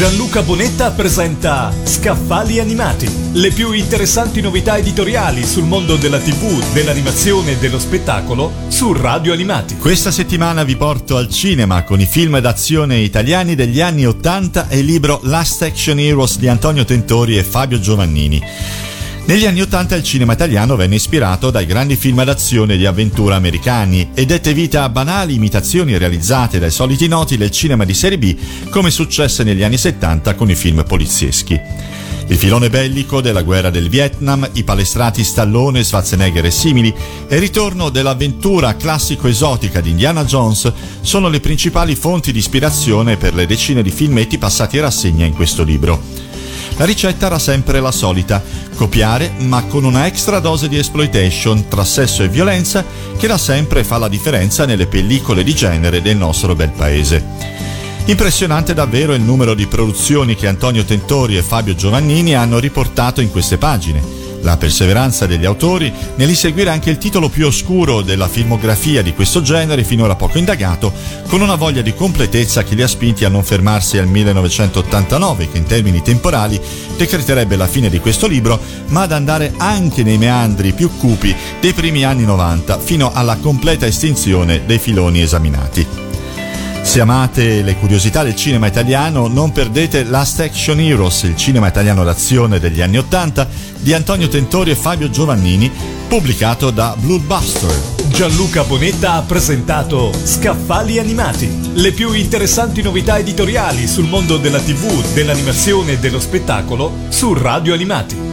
Gianluca Bonetta presenta Scaffali Animati, le più interessanti novità editoriali sul mondo della TV, dell'animazione e dello spettacolo su Radio Animati. Questa settimana vi porto al cinema con i film d'azione italiani degli anni '80 e il libro Last Action Heroes di Antonio Tentori e Fabio Giovannini. Negli anni '80 il cinema italiano venne ispirato dai grandi film d'azione e di avventura americani e dette vita a banali imitazioni realizzate dai soliti noti del cinema di serie B, come successe negli anni '70 con i film polizieschi. Il filone bellico della guerra del Vietnam, i palestrati Stallone, Schwarzenegger e simili e il ritorno dell'avventura classico-esotica di Indiana Jones sono le principali fonti di ispirazione per le decine di filmetti passati a rassegna in questo libro. La ricetta era sempre la solita: copiare, ma con una extra dose di exploitation tra sesso e violenza che da sempre fa la differenza nelle pellicole di genere del nostro bel paese. Impressionante davvero il numero di produzioni che Antonio Tentori e Fabio Giovannini hanno riportato in queste pagine. La perseveranza degli autori nell'inseguire anche il titolo più oscuro della filmografia di questo genere finora poco indagato, con una voglia di completezza che li ha spinti a non fermarsi al 1989, che in termini temporali decreterebbe la fine di questo libro, ma ad andare anche nei meandri più cupi dei primi anni 90 fino alla completa estinzione dei filoni esaminati. Se amate le curiosità del cinema italiano, non perdete Last Action Heroes, il cinema italiano d'azione degli anni '80 di Antonio Tentori e Fabio Giovannini, pubblicato da Blockbuster. Gianluca Bonetta ha presentato Scaffali Animati, le più interessanti novità editoriali sul mondo della TV, dell'animazione e dello spettacolo su Radio Animati.